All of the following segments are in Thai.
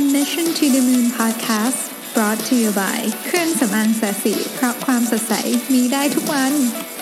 Mission to the Moon Podcast brought to you by เครื่องสำอางแสสีเพราะความสดใสมีได้ทุกวัน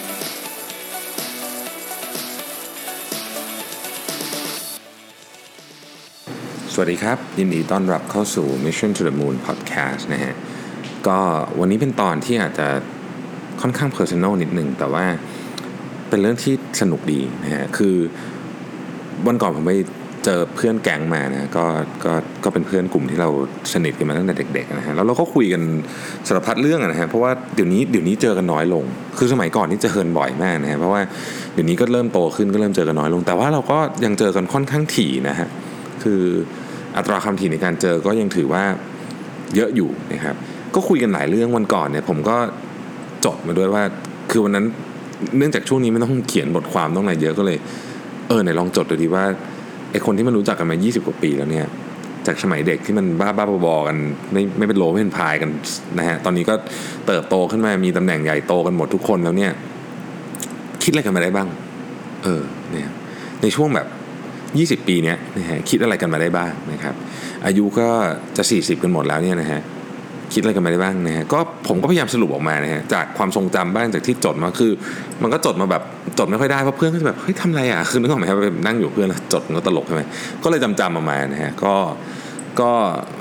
สวัสดีครับยินดีต้อนรับเข้าสู่ Mission to the Moon Podcast นะฮะก็วันนี้เป็นตอนที่อาจจะค่อนข้าง personal นิดนึงแต่ว่าเป็นเรื่องที่สนุกดีนะฮะคือวันก่อนผมไปเจอเพื่อนแก๊งมานะก็เป็นเพื่อนกลุ่มที่เราสนิทกันมาตั้งแต่เด็กๆนะฮะแล้วเราก็คุยกันสารพัดเรื่องนะฮะเพราะว่าเดี๋ยวนี้เจอกันน้อยลงคือสมัยก่อนนี่เจอกันบ่อยมากนะฮะเพราะว่าเดี๋ยวนี้ก็เริ่มโตขึ้นก็เริ่มเจอกันน้อยลงแต่ว่าเราก็ยังเจอกันค่อนข้างถี่นะฮะคืออัตราความถี่ในการเจอก็ยังถือว่าเยอะอยู่นะครับก็คุยกันหลายเรื่องวันก่อนเนี่ยผมก็จดมาด้วยว่าคือวันนั้นเนื่องจากช่วงนี้ไม่ต้องเขียนบทความต้องอะไรเยอะก็เลยไหนลองจดดูดีว่าไอ้คนที่มันรู้จักกันมา20กว่าปีแล้วเนี่ยจากสมัยเด็กที่มันบ้าๆบอๆกันไม่เป็นโลไม่เป็นพายกันนะฮะตอนนี้ก็เติบโตขึ้นมามีตำแหน่งใหญ่โตกันหมดทุกคนแล้วเนี่ยคิดอะไรกันมาได้บ้างเนี่ยในช่วงแบบ20ปีเนี้ยนะฮะคิดอะไรกันมาได้บ้างนะครับอายุก็จะ40กันหมดแล้วเนี่ยนะฮะคิดอะไรกันมาได้บ้างนะฮะก็ผมก็พยายามสรุปออกมานะฮะจากความทรงจำบ้างจากที่จดมาคือมันก็จดมาแบบจดไม่ค่อยได้เพราะเพื่อนก็จะแบบเฮ้ยทำอะไรอ่ะคือนึกออกไหมครับนั่งอยู่เพื่อนแล้วจดมันก็ตลกใช่ไหมก็เลยจำออกมานะฮะก็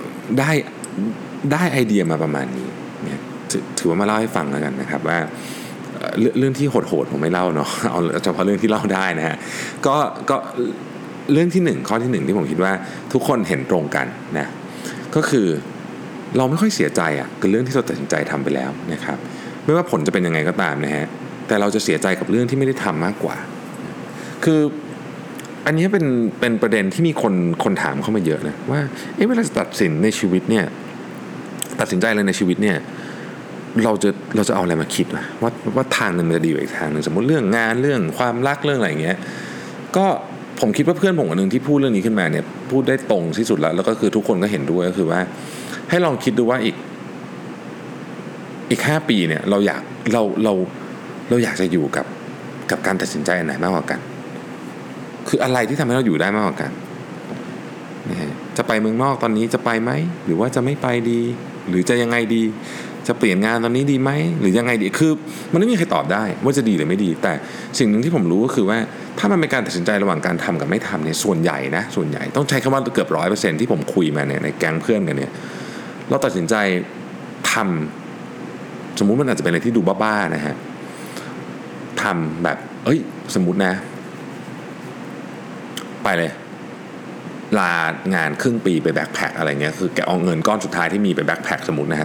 ได้ไอเดียมาประมาณนี้เนี่ยถือว่ามาเล่าให้ฟังแล้วกันนะครับว่าเรื่องที่โหดๆผมไม่เล่าเนาะเอาเฉพาะเรื่องที่เล่าได้นะฮะก็เรื่องที่1ข้อที่1ที่ผมคิดว่าทุกคนเห็นตรงกันนะก็คือเราไม่ค่อยเสียใจกับเรื่องที่เราตัดสินใจทำไปแล้วนะครับไม่ว่าผลจะเป็นยังไงก็ตามนะฮะแต่เราจะเสียใจกับเรื่องที่ไม่ได้ทำมากกว่าคืออันนี้เป็นประเด็นที่มีคนถามเข้ามาเยอะนะว่าเวลาจะตัดสินในชีวิตเนี่ยตัดสินใจอะไรในชีวิตเนี่ยเราจะเอาอะไรมาคิดว่าทางนึงมันจะดีกว่าอีกทางนึงสมมติเรื่องงานเรื่องความรักเรื่องอะไรอย่างเงี้ยก็ผมคิดว่าเพื่อนผมคนนึงที่พูดเรื่องนี้ขึ้นมาเนี่ยพูดได้ตรงที่สุดแล้วก็คือทุกคนก็เห็นด้วยก็คือว่าให้ลองคิดดูว่าอีก5ปีเนี่ยเราอยากจะอยู่กับการตัดสินใจอันไหนมากกว่ากันคืออะไรที่ทำให้เราอยู่ได้มากกว่ากันนะฮะจะไปเมืองนอกตอนนี้จะไปไหมหรือว่าจะไม่ไปดีหรือจะยังไงดีจะเปลี่ยนงานตอนนี้ดีไหมหรือยังไงดีคือมันไม่มีใครตอบได้ว่าจะดีหรือไม่ดีแต่สิ่งหนึ่งที่ผมรู้ก็คือว่าถ้ามันเป็นการตัดสินใจระหว่างการทำกับไม่ทำเนี่ยส่วนใหญ่ต้องใช้คำว่าเกือบ 100% ที่ผมคุยมาเนี่ยในแก๊งเพื่อนกันเนี่ยเราตัดสินใจทำสมมุติมันอาจจะเป็นอะไรที่ดูบ้าๆนะฮะทำแบบสมมุตินะไปเลยลางานครึ่งปีไปแบ็คแพ็คอะไรเงี้ยคือแกเอาเงินก้อนสุดท้ายที่มีไปแบ็คแพ็คสมมุติ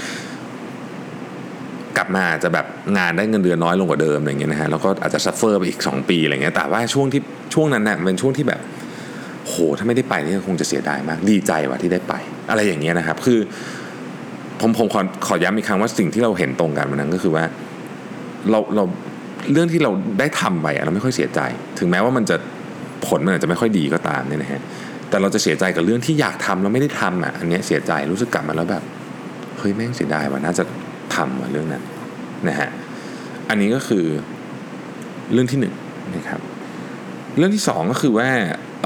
กลับมาจะแบบงานได้เงินเดือนน้อยลงกว่าเดิมอะไรเงี้ยนะฮะแล้วก็อาจจะซัฟเฟอร์ไปอีก2ปีอะไรเงี้ยแต่ว่าช่วงนั้นน่ะเป็นช่วงที่แบบโหถ้าไม่ได้ไปนี่คงจะเสียดายมากดีใจว่าที่ได้ไปอะไรอย่างเงี้ยนะครับคือผมขอย้ำอีกครั้งว่าสิ่งที่เราเห็นตรงกันวันนั้นก็คือว่าเราเรื่องที่เราได้ทำไปเราไม่ค่อยเสียใจถึงแม้ว่ามันจะผลมันอาจจะไม่ค่อยดีก็ตามเนี่ยนะฮะแต่เราจะเสียใจกับเรื่องที่อยากทำแล้วไม่ได้ทำอันนี้เสียใจรู้สึกกลับมาแล้วแบบเฮ้ยแม่งเสียดายว่าน่าจะทำเรื่องนั้นนะฮะอันนี้ก็คือเรื่องที่1นะครับเรื่องที่2ก็คือว่า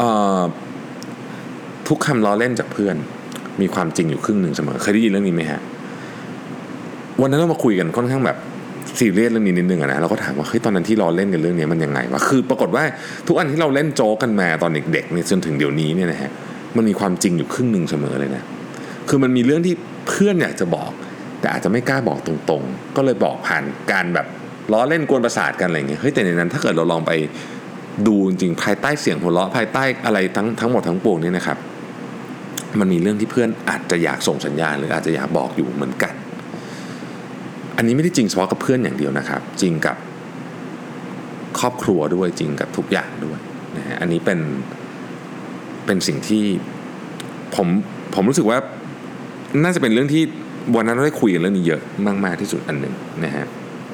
ทุกคำล้อเล่นจากเพื่อนมีความจริงอยู่ครึ่งหนึ่งเสมอเคยได้ยินเรื่องนี้ไหมฮะวันนั้นเรามาคุยกันค่อนข้างแบบซีเรียสเรื่องนี้นิดนึงนะเราก็ถามว่าเฮ้ยตอนนั้นที่เราเล่นกันเรื่องนี้มันยังไงวะคือปรากฏว่าทุกอันที่เราเล่นโจ๊กกันมาตอนเด็กๆเนี่ยจนถึงเดี๋ยวนี้เนี่ยนะฮะมันมีความจริงอยู่ครึ่งนึงเสมอเลยนะคือมันมีเรื่องที่เพื่อนอยากจะบอกแต่อาจจะไม่กล้าบอกตรงๆก็เลยบอกผ่านการแบบล้อเล่นกวนประสาทกันอะไรอย่างเงี้ยเฮ้ยแต่ในนั้นถ้าเกิดเราลองไปดูจริงๆภายใต้เสียงหัวเราะภายใต้อะไรทั้งหมดทั้งปวงนี่นะครับมันมีเรื่องที่เพื่อนอาจจะอยากส่งสัญญาณหรืออาจจะอยากบอกอยู่เหมือนกันอันนี้ไม่ได้จริงเฉพาะกับเพื่อนอย่างเดียวนะครับจริงกับครอบครัวด้วยจริงกับทุกอย่างด้วยนะฮะอันนี้เป็นสิ่งที่ผมรู้สึกว่าน่าจะเป็นเรื่องที่วันนั้นเราได้คุยกันเรื่องนี้เยอะมากๆที่สุดอันหนึ่งนะฮะ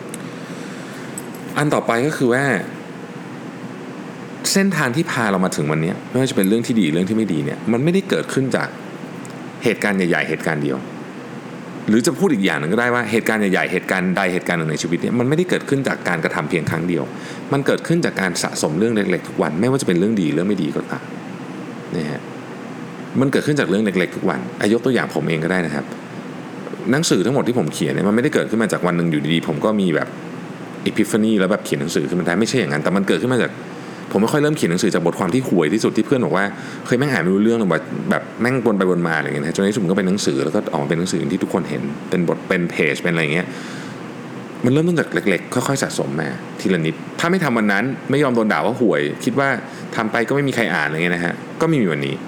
อันต่อไปก็คือว่าเส้นทางที่พาเรามาถึงวันนี้ไม่ว่าจะเป็นเรื่องที่ดีเรื่องที่ไม่ดีเนี่ยมันไม่ได้เกิดขึ้นจากเหตุการณ์ใหญ่ๆเหตุการณ์เดียวหรือจะพูดอีกอย่างหนึ่งก็ได้ว่าเหตุการณ์ใหญ่ๆเหตุการณ์ใดเหตุการณ์หนึ่งในชีวิตเนี่ยมันไม่ได้เกิดขึ้นจากการกระทำเพียงครั้งเดียวมันเกิดขึ้นจากการสะสมเรื่องเล็กๆทุกวันไม่ว่าจะเป็นเรื่องดีเรื่องไม่ดีก็ตามนะฮะมันเกิดขึ้นจากเรื่องเล็กๆทุกวันยกตัวอย่างผมเองก็ได้นะครับหนังสือทั้งหมดที่ผมเขียนเนี่ยมันไม่ได้เกิดขึ้นมาจากวันหนึ่งอยู่ดีๆผมก็มีแบบepiphany แล้วแบบเขียนหนังสือขึ้นมาได้ไม่ใช่อย่างนั้นแต่มันเกิดขึ้นมาจากผมไม่ค่อยเริ่มเขียนหนังสือจากบทความที่ห่วยที่สุดที่เพื่อนบอกว่าเคยแม่งอ่านไม่รู้เรื่องแบบแม่งวนไปวนมาอะไรอย่างเงี้ยจนในที่สุดมันก็เป็นหนังสือแล้วก็ออกมาเป็นหนังสือที่ทุกคนเห็นเป็นบทเป็นเพจเป็นอะไรอย่างเงี้ยมันเริ่มต้นจากเล็กๆค่อยๆสะสมมาทีละนิดถ้าไม่ทำวันนั้นไม่ยอมโดนด่าว่าห่วยคิดว่าทำไปก็ไม่มีใครอ่านอะไรเงี้ยนะฮะก็ไม่มีวันนี้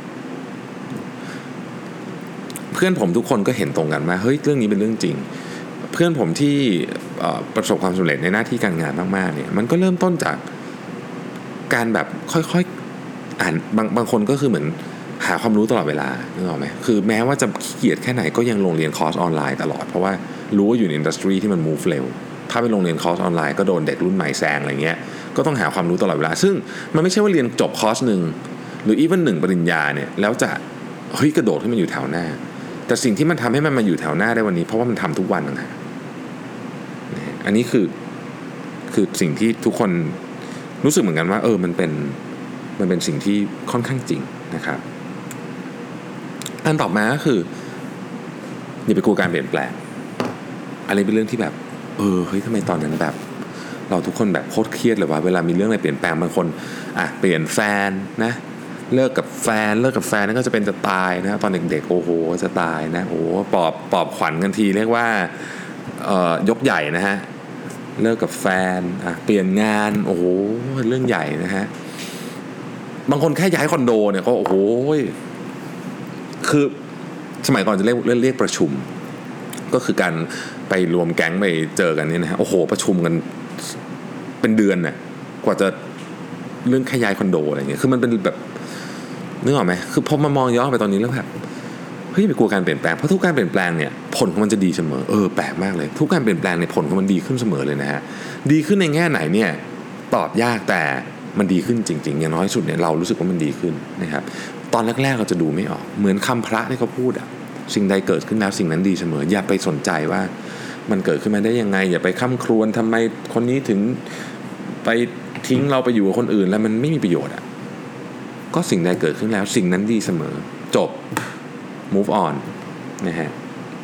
เพื่อนผมทุกคนก็เห็นตรงกันว่าเฮ้ยเรื่องนี้เป็นเรื่องจริงเพื่อนผมที่ประสบความสำเร็จในหน้าที่การงานมากๆเนี่ยมันก็เริ่มต้นจากการแบบค่อยๆอ่านบางคนก็คือเหมือนหาความรู้ตลอดเวลานึกออกไหมคือแม้ว่าจะขี้เกียจแค่ไหนก็ยังลงเรียนคอร์สออนไลน์ตลอดเพราะว่ารู้ว่าอยู่ในอินดัสทรีที่มัน move เร็วถ้าไปลงเรียนคอร์สออนไลน์ก็โดนเด็กรุ่นใหม่แซงอะไรเงี้ยก็ต้องหาความรู้ตลอดเวลาซึ่งมันไม่ใช่ว่าเรียนจบคอร์สนึงหรือ even 1 ปริญญาเนี่ยแล้วจะเฮ้ยกระโดดให้มันอยู่แถวหน้าแต่สิ่งที่มันทำให้มันมาอยู่แถวหน้าได้วันนี้เพราะว่ามันทำทุกวันนะฮะอันนี้คือสิ่งที่ทุกคนรู้สึกเหมือนกันว่ามันเป็นสิ่งที่ค่อนข้างจริงนะครับอันต่อมาก็คืออย่าไปกลัวการเปลี่ยนแปลงอะไรเป็นเรื่องที่แบบเฮ้ยทำไมตอนนั้นแบบเราทุกคนแบบโคตรเครียดเลยว่าเวลามีเรื่องอะไรเปลี่ยนแปลงบางคนเปลี่ยนแฟนนะเลิกกับแฟนนั่นก็จะเป็นจะตายนะตอนเด็กๆโอ้โหจะตายนะโอ้ปอบขวัญกันทีเรียกว่ายกใหญ่นะฮะเลิกกับแฟนเปลี่ยนงานโอ้โหเรื่องใหญ่นะฮะบางคนแค่ย้ายคอนโดเนี่ยก็โอ้โหคือสมัยก่อนจะเรียกประชุมก็คือการไปรวมแก๊งไปเจอกันเนี่ยนะฮะโอ้โหประชุมกันเป็นเดือนน่ะกว่าจะเรื่องแค่ย้ายคอนโดอะไรเงี้ยคือมันเป็นแบบนึกออกไหมคือพอมามองย้อนไปตอนนี้แล้วแบบเฮ้ยไปกลัวการเปลี่ยนแปลงเพราะทุกการเปลี่ยนแปลงเนี่ยผลของมันจะดีเสมอแปลกมากเลยทุกการเปลี่ยนแปลงเนี่ยผลของมันดีขึ้นเสมอเลยนะฮะดีขึ้นในแง่ไหนเนี่ยตอบยากแต่มันดีขึ้นจริงๆอย่างน้อยสุดเนี่ยเรารู้สึกว่ามันดีขึ้นนะครับตอนแรกๆเราจะดูไม่ออกเหมือนคำพระที่เขาพูดสิ่งใดเกิดขึ้นแล้วสิ่งนั้นดีเสมออย่าไปสนใจว่ามันเกิดขึ้นมาได้ยังไงอย่าไปค้ำครวญทำไมคนนี้ถึงไปทิ้งเราไปอยู่กับคนอื่นแล้วมันไม่มีประโยชน์ก็สิ่งใดเกิดขึ้นแล้วสิ่งนั้นดีเสมอจบ move on นะฮะ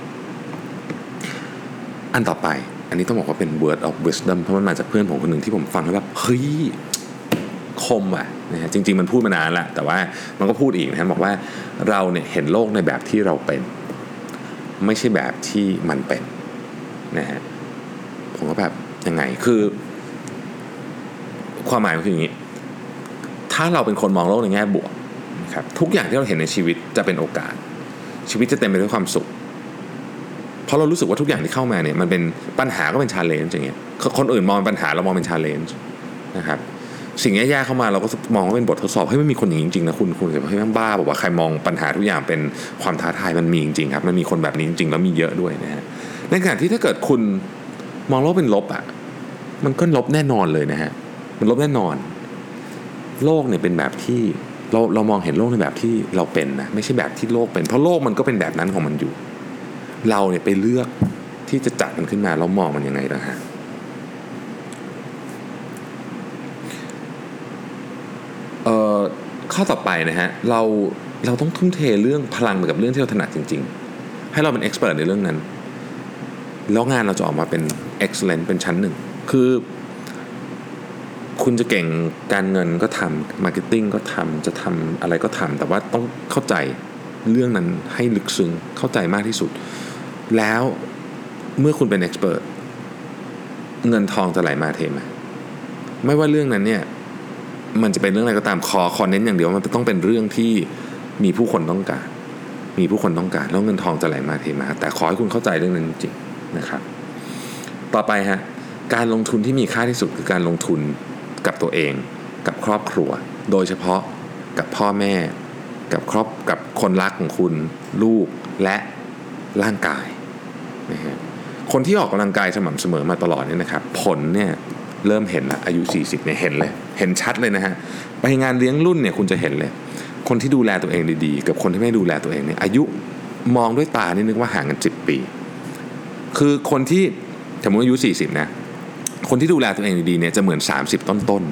อันต่อไปอันนี้ต้องบอกว่าเป็น word of wisdom เพราะมันมาจากเพื่อนผมคนหนึ่งที่ผมฟังแล้วแบบเฮ้ยคมว่ะนะฮะจริงๆมันพูดมานานละแต่ว่ามันก็พูดอีกนะฮะบอกว่าเราเนี่ยเห็นโลกในแบบที่เราเป็นไม่ใช่แบบที่มันเป็นนะฮะผมก็แบบยังไงคือความหมายมันคืออย่างนี้ถ้าเราเป็นคนมองโลกในแง่บวกนะครับทุกอย่างที่เราเห็นในชีวิตจะเป็นโอกาสชีวิตจะเต็มไปด้วยความสุขเพราะเรารู้สึกว่าทุกอย่างที่เข้ามาเนี่ยมันเป็นปัญหาก็เป็น challenge อย่างเงี้ยคนอื่นมองเป็นปัญหาเรามองเป็น challenge นะครับสิ่งแย่ๆเข้ามาเราก็มองว่าเป็นบททดสอบให้ไม่มีคนอย่างนี้จริงๆนะคุณจะให้แม่งบ้าบอกว่าใครมองปัญหาทุกอย่างเป็นความท้าทายมันมีจริงๆครับมันมีคนแบบนี้จริงๆแล้วมีเยอะด้วยนะฮะในขณะที่ถ้าเกิดคุณมองโลกเป็นลบมันก็ลบแน่นอนเลยนะฮะมันลบแน่นอนโลกเนี่ยเป็นแบบที่เรามองเห็นโลกในแบบที่เราเป็นนะไม่ใช่แบบที่โลกเป็นเพราะโลกมันก็เป็นแบบนั้นของมันอยู่เราเนี่ยไปเลือกที่จะจัดมันขึ้นมาแล้วมองมันยังไงนะฮะข้อต่อไปนะฮะเราต้องทุ่มเทเรื่องพลังไปกับเรื่องที่เราถนัดจริงๆให้เราเป็นเอ็กซ์เพรสในเรื่องนั้นแล้วงานเราจะออกมาเป็น excellent เป็นชั้นหนึ่งคือคุณจะเก่งการเงินก็ทำมาร์เก็ตติ้งก็ทำจะทำอะไรก็ทำแต่ว่าต้องเข้าใจเรื่องนั้นให้ลึกซึ้งเข้าใจมากที่สุดแล้วเมื่อคุณเป็นเอ็กซ์เพรสเงินทองจะไหลมาเทมาไม่ว่าเรื่องนั้นเนี่ยมันจะเป็นเรื่องอะไรก็ตามขอเน้นอย่างเดียวมันต้องเป็นเรื่องที่มีผู้คนต้องการแล้วเงินทองจะไหลมาเทมาแต่ขอให้คุณเข้าใจเรื่องนั้นจริงนะครับต่อไปฮะการลงทุนที่มีค่าที่สุดคือการลงทุนกับตัวเองกับครอบครัวโดยเฉพาะกับพ่อแม่กับคนรักของคุณลูกและร่างกายนะฮะคนที่ออกกำลังกายสม่ำเสมอมาตลอดเนี่ยนะครับผลเนี่ยเริ่มเห็นละอายุ40เนี่ยเห็นเลยเห็นชัดเลยนะฮะไปงานเลี้ยงรุ่นเนี่ยคุณจะเห็นเลยคนที่ดูแลตัวเองดีๆกับคนที่ไม่ดูแลตัวเองเนี่ยอายุมองด้วยตานี่นึกว่าห่างกัน10 ปีคือคนที่สมมติอายุ40นะคนที่ดูแลตัวเองดีๆเนี่ยจะเหมือน30ต้น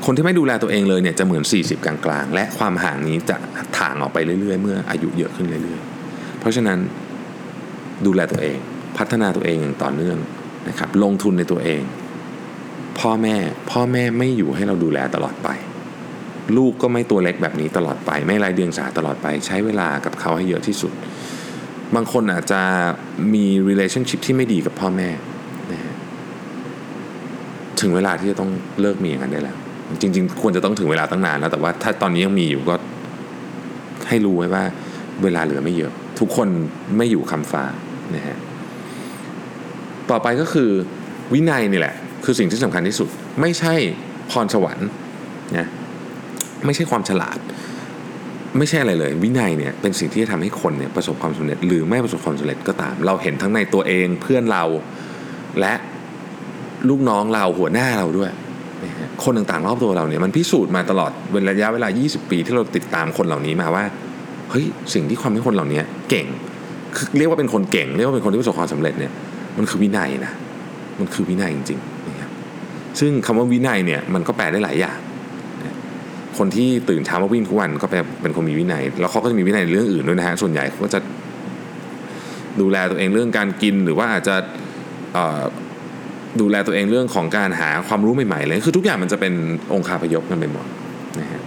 คนที่ไม่ดูแลตัวเองเลยเนี่ยจะเหมือน40กลางๆและความห่างนี้จะถ่างออกไปเรื่อยๆเมื่ออายุเยอะขึ้นเรื่อยๆเพราะฉะนั้นดูแลตัวเองพัฒนาตัวเองอย่างต่อเนื่องนะครับลงทุนในตัวเองพ่อแม่ไม่อยู่ให้เราดูแลตลอดไปลูกก็ไม่ตัวเล็กแบบนี้ตลอดไปไม่ไร้เดียงสาตลอดไปใช้เวลากับเขาให้เยอะที่สุดบางคนอาจจะมี relationship ที่ไม่ดีกับพ่อแม่นะฮะถึงเวลาที่จะต้องเลิกมีอย่างนั้นได้แล้วจริงๆควรจะต้องถึงเวลาตั้งนานแล้วแต่ว่าถ้าตอนนี้ยังมีอยู่ก็ให้รู้ไว้ว่าเวลาเหลือไม่เยอะทุกคนไม่อยู่คำฟ้านะฮะต่อไปก็คือวินัยนี่แหละคือสิ่งที่สำคัญที่สุดไม่ใช่พรสวรรค์นะไม่ใช่ความฉลาดไม่ใช่อะไรเลยวินัยเนี่ยเป็นสิ่งที่จะทำให้คนเนี่ยประสบความสำเร็จหรือไม่ประสบความสำเร็จก็ตามเราเห็นทั้งในตัวเองเพื่อนเราและลูกน้องเราหัวหน้าเราด้วยนะฮะคนต่างๆรอบตัวเราเนี่ยมันพิสูจน์มาตลอดระยะเวลา20 ปีที่เราติดตามคนเหล่านี้มาว่าเฮ้ยสิ่งที่ความให้คนเหล่านี้เก่งเรียกว่าเป็นคนเก่งเรียกว่าเป็นคนที่ประสบความสำเร็จเนี่ยมันคือวินัยนะมันคือวินัยจริงๆนะครับซึ่งคำว่าวินัยเนี่ยมันก็แปลได้หลายอย่างคนที่ตื่นเช้ามาวิ่งทุกวันก็เป็นคนมีวินัยแล้วเขาก็จะมีวินัยในเรื่องอื่นด้วยนะฮะส่วนใหญ่เขาก็จะดูแลตัวเองเรื่องการกินหรือว่าอาจจะดูแลตัวเองเรื่องของการหาความรู้ใหม่ๆเลยคือทุกอย่างมันจะเป็นองค์คาพยพกันไปหมดนะฮะ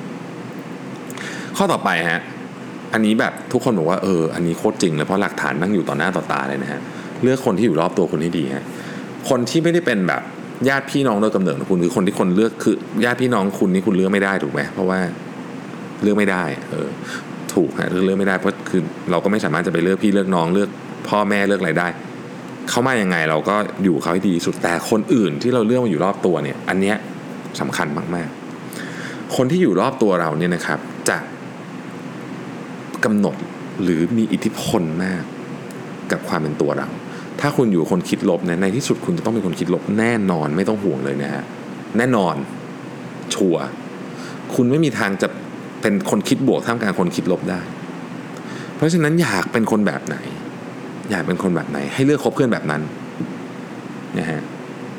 ข้อต่อไปฮะอันนี้แบบทุกคนบอกว่าอันนี้โคตรจริงเลยเพราะหลักฐานนั่งอยู่ต่อหน้าต่อตาเลยนะฮะเลือกคนที่อยู่รอบตัวคุณให้ดีฮะคนที่ไม่ได้เป็นแบบญาติพี่น้องโดยกำเนิดของคุณคือคนที่คนเลือกคือญาติพี่น้องคุณนี่คุณเลือกไม่ได้ถูกไหมเพราะว่าเลือกไม่ได้ถูกฮะเลือกไม่ได้เพราะคือเราก็ไม่สามารถจะไปเลือกพี่เลือกน้องเลือกพ่อแม่เลือกอะไรได้เขามายังไงเราก็อยู่เขาให้ดีที่สุดแต่คนอื่นที่เราเลือกมาอยู่รอบตัวเนี่ยอันเนี้ยสำคัญมากๆคนที่อยู่รอบตัวเราเนี่ยนะครับจะกำหนดหรือมีอิทธิพลมากกับความเป็นตัวเราถ้าคุณอยู่คนคิดลบเนี่ยในที่สุดคุณจะต้องเป็นคนคิดลบแน่นอนไม่ต้องห่วงเลยนะฮะแน่นอนชัวร์คุณไม่มีทางจะเป็นคนคิดบวกท่ามกลางคนคิดลบได้เพราะฉะนั้นอยากเป็นคนแบบไหนให้เลือกคบเพื่อนแบบนั้นนะฮะ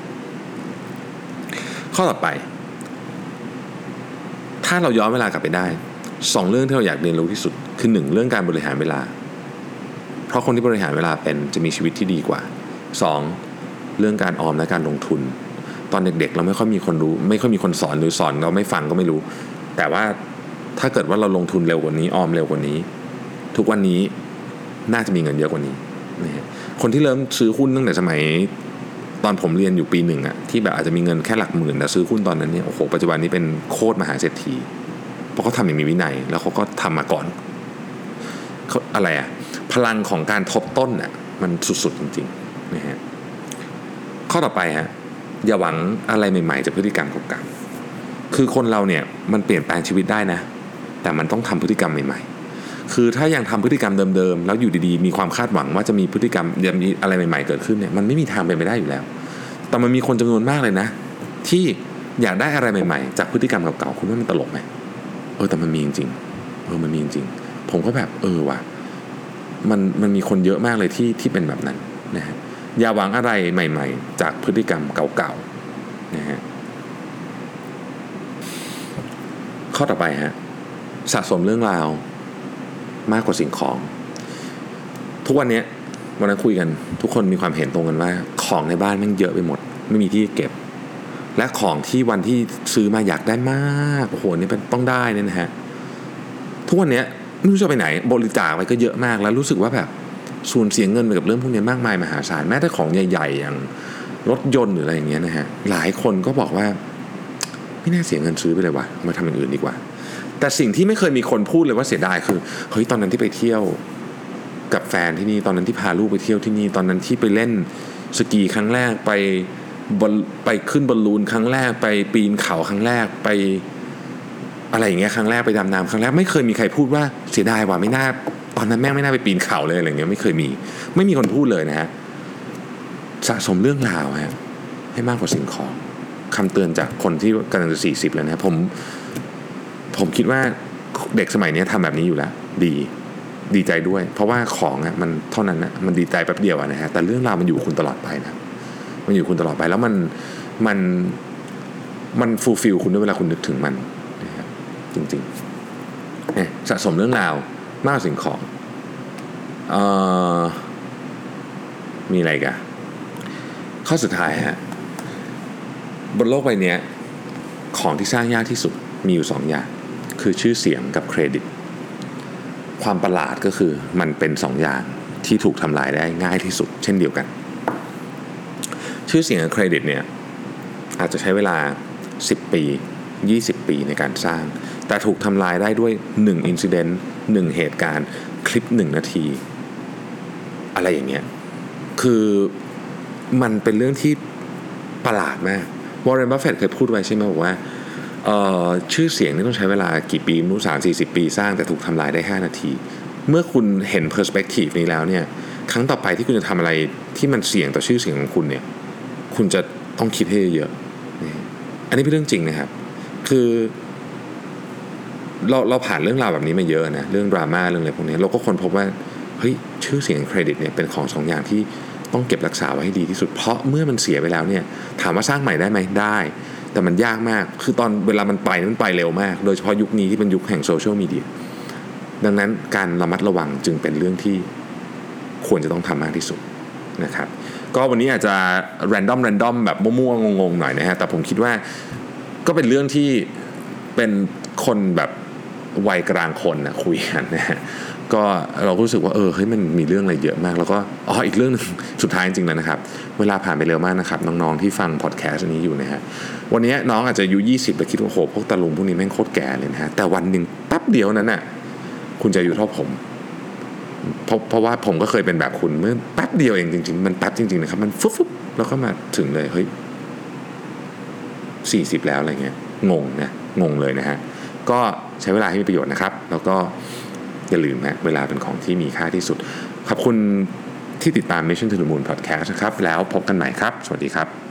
ข้อต่อไปถ้าเราย้อนเวลากลับไปได้2เรื่องที่เราอยากเรียนรู้ที่สุดคือ1เรื่องการบริหารเวลาเพราะคนที่บริหารเวลาเป็นจะมีชีวิตที่ดีกว่า2เรื่องการออมและการลงทุนตอนเด็กๆเราไม่ค่อยมีคนรู้ไม่ค่อยมีคนสอนหรือสอนเราไม่ฟังก็ไม่รู้แต่ว่าถ้าเกิดว่าเราลงทุนเร็วกว่านี้ออมเร็วกว่านี้ทุกวันนี้น่าจะมีเงินเยอะกว่านี้นะฮะคนที่เริ่มซื้อหุ้นตั้งแต่สมัยตอนผมเรียนอยู่ปี1อ่ะที่แบบอาจจะมีเงินแค่หลักหมื่นแต่ซื้อหุ้นตอนนั้นเนี่ยโอ้โหปัจจุบันนี้เป็นโคตรมหาเศรษฐีเพราะเขาทำอย่างมีวินัยแล้วเขาก็ทำมาก่อนเขาอะไรอ่ะพลังของการทบต้นน่ะมันสุดๆจริงๆนะฮะข้อต่อไปฮะอย่าหวังอะไรใหม่ๆจากพฤติกรรมเก่าๆคือคนเราเนี่ยมันเปลี่ยนแปลงชีวิตได้นะแต่มันต้องทำพฤติกรรมใหม่ๆคือถ้ายังทำพฤติกรรมเดิมๆแล้วอยู่ดีๆมีความคาดหวังว่าจะมีพฤติกรรมจะมีอะไรใหม่ๆเกิดขึ้นเนี่ยมันไม่มีทางเป็นไปได้อยู่แล้วแต่มันมีคนจำนวนมากเลยนะที่อยากได้อะไรใหม่ๆจากพฤติกรรมเก่าๆคุณว่ามันตลกไหมแต่มันมีจริงๆมันมีจริงๆผมก็แบบว่ะมันมีคนเยอะมากเลยที่เป็นแบบนั้นนะฮะอย่าหวังอะไรใหม่ๆจากพฤติกรรมเก่าๆนะฮะข้อต่อไปฮะสะสมเรื่องราวมากกว่าสิ่งของทุกวันนี้วันนั้นคุยกันทุกคนมีความเห็นตรงกันว่าของในบ้านแม่งเยอะไปหมดไม่มีที่เก็บและของที่วันที่ซื้อมาอยากได้มากโอ้โหนี่เป็นต้องได้เนี่ยนะฮะทุกวันนี้ไม่รู้จะไปไหนบริจาคไปก็เยอะมากแล้วรู้สึกว่าแบบสูญเสียเงินไปกับเรื่องพวกนี้มากมายมหาศาลแม้แต่ของใหญ่ๆอย่างรถยนต์หรืออะไรอย่างเงี้ยนะฮะหลายคนก็บอกว่าไม่น่าเสียเงินซื้อไปเลยว่ะมาทำอย่างอื่นดีกว่าแต่สิ่งที่ไม่เคยมีคนพูดเลยว่าเสียดายคือเฮ้ยตอนนั้นที่ไปเที่ยวกับแฟนที่นี่ตอนนั้นที่พาลูกไปเที่ยวที่นี่ตอนนั้นที่ไปเล่นสกีครั้งแรกไปขึ้นบอลลูนครั้งแรกไปปีนเขาครั้งแรกไปอะไรอย่างเงี้ยครั้งแรกไปดำน้ำครั้งแรกไม่เคยมีใครพูดว่าเสียดายว่ะไม่น่าตอนนั้นแม่งไม่น่าไปปีนเขาเลยอะไรเงี้ยไม่เคยไม่มีคนพูดเลยนะฮะสะสมเรื่องราวฮะให้มากกว่าสิ่งของคำเตือนจากคนที่กำลังจะ40แล้วนะผมคิดว่าเด็กสมัยนี้ทำแบบนี้อยู่แล้วดีใจด้วยเพราะว่าของอ่ะมันเท่านั้นนะมันดีใจแป๊บเดียวนะฮะแต่เรื่องราวมันอยู่คุณตลอดไปนะมันอยู่คุณตลอดไปแล้วมันมันฟูลฟิลคุณด้วยเวลาคุณนึกถึงมันนะครับจริงๆสะสมเรื่องราวมากสิ่งของมีอะไรกันข้อสุดท้ายฮะบนโลกใบนี้ของที่สร้างยากที่สุดมีอยู่2 อย่างคือชื่อเสียงกับเครดิตความประหลาดก็คือมันเป็น2 อย่างที่ถูกทำลายได้ง่ายที่สุดเช่นเดียวกันชื่อเสียงกับเครดิตเนี่ยอาจจะใช้เวลา10 ปี20 ปีในการสร้างแต่ถูกทำลายได้ด้วย1 incident 1 เหตุการณ์คลิป1 นาทีอะไรอย่างเงี้ยคือมันเป็นเรื่องที่ประหลาดมากวอร์เรน บัฟเฟตต์เคยพูดไว้ใช่ไหมบอกว่าชื่อเสียงนี่ต้องใช้เวลากี่ปีไม่รู้30-40 ปีสร้างแต่ถูกทำลายได้5 นาทีเมื่อคุณเห็น perspective นี้แล้วเนี่ยครั้งต่อไปที่คุณจะทำอะไรที่มันเสี่ยงต่อชื่อเสียงของคุณเนี่ยคุณจะต้องคิดให้เยอะอันนี้เป็นเรื่องจริงนะครับคือเราผ่านเรื่องราวแบบนี้มาเยอะนะเรื่องดราม่าเรื่องอะไรพวกนี้เราก็ค้นพบว่าเฮ้ยชื่อเสียงเครดิตเนี่ยเป็นของ2 อย่างที่ต้องเก็บรักษาไว้ให้ดีที่สุดเพราะเมื่อมันเสียไปแล้วเนี่ยถามว่าสร้างใหม่ได้ไหมได้แต่มันยากมากคือตอนเวลามันไปเร็วมากโดยเฉพาะยุคนี้ที่เป็นยุคแห่งโซเชียลมีเดียดังนั้นการระมัดระวังจึงเป็นเรื่องที่ควรจะต้องทำมากที่สุดนะครับก็วันนี้อาจจะแรนดอมแบบมั่วๆงงๆหน่อยนะฮะแต่ผมคิดว่าก็เป็นเรื่องที่เป็นคนแบบวัยกลางคนนะคุยกันนะฮะก็เราก็รู้สึกว่าเฮ้ยมันมีเรื่องอะไรเยอะมากแล้วก็อีกเรื่องนึงสุดท้ายจริงๆแล้วนะครับเวลาผ่านไปเร็วมากนะครับน้องๆที่ฟังพอดแคสต์นี้อยู่นะฮะวันนี้น้องอาจจะอายุ20แล้วคิดว่าโหพวกตะลุงพวกนี้แม่งโคตรแก่เลยนะฮะแต่วันนึงแป๊บเดียวนั้นน่ะคุณจะอายุเท่าผมเพราะว่าผมก็เคยเป็นแบบคุณเมื่อแป๊บเดียวเองจริงๆมันแป๊บจริงๆนะครับมันฟุ๊บๆแล้วก็มาถึงเลยเฮ้ย40แล้วอะไรเงี้ยงงเลยนะฮะก็ใช้เวลาให้มีประโยชน์นะครับแล้วก็อย่าลืมนะเวลาเป็นของที่มีค่าที่สุดขอบคุณที่ติดตาม Mission to the Moon Podcast นะครับแล้วพบกันใหม่ครับสวัสดีครับ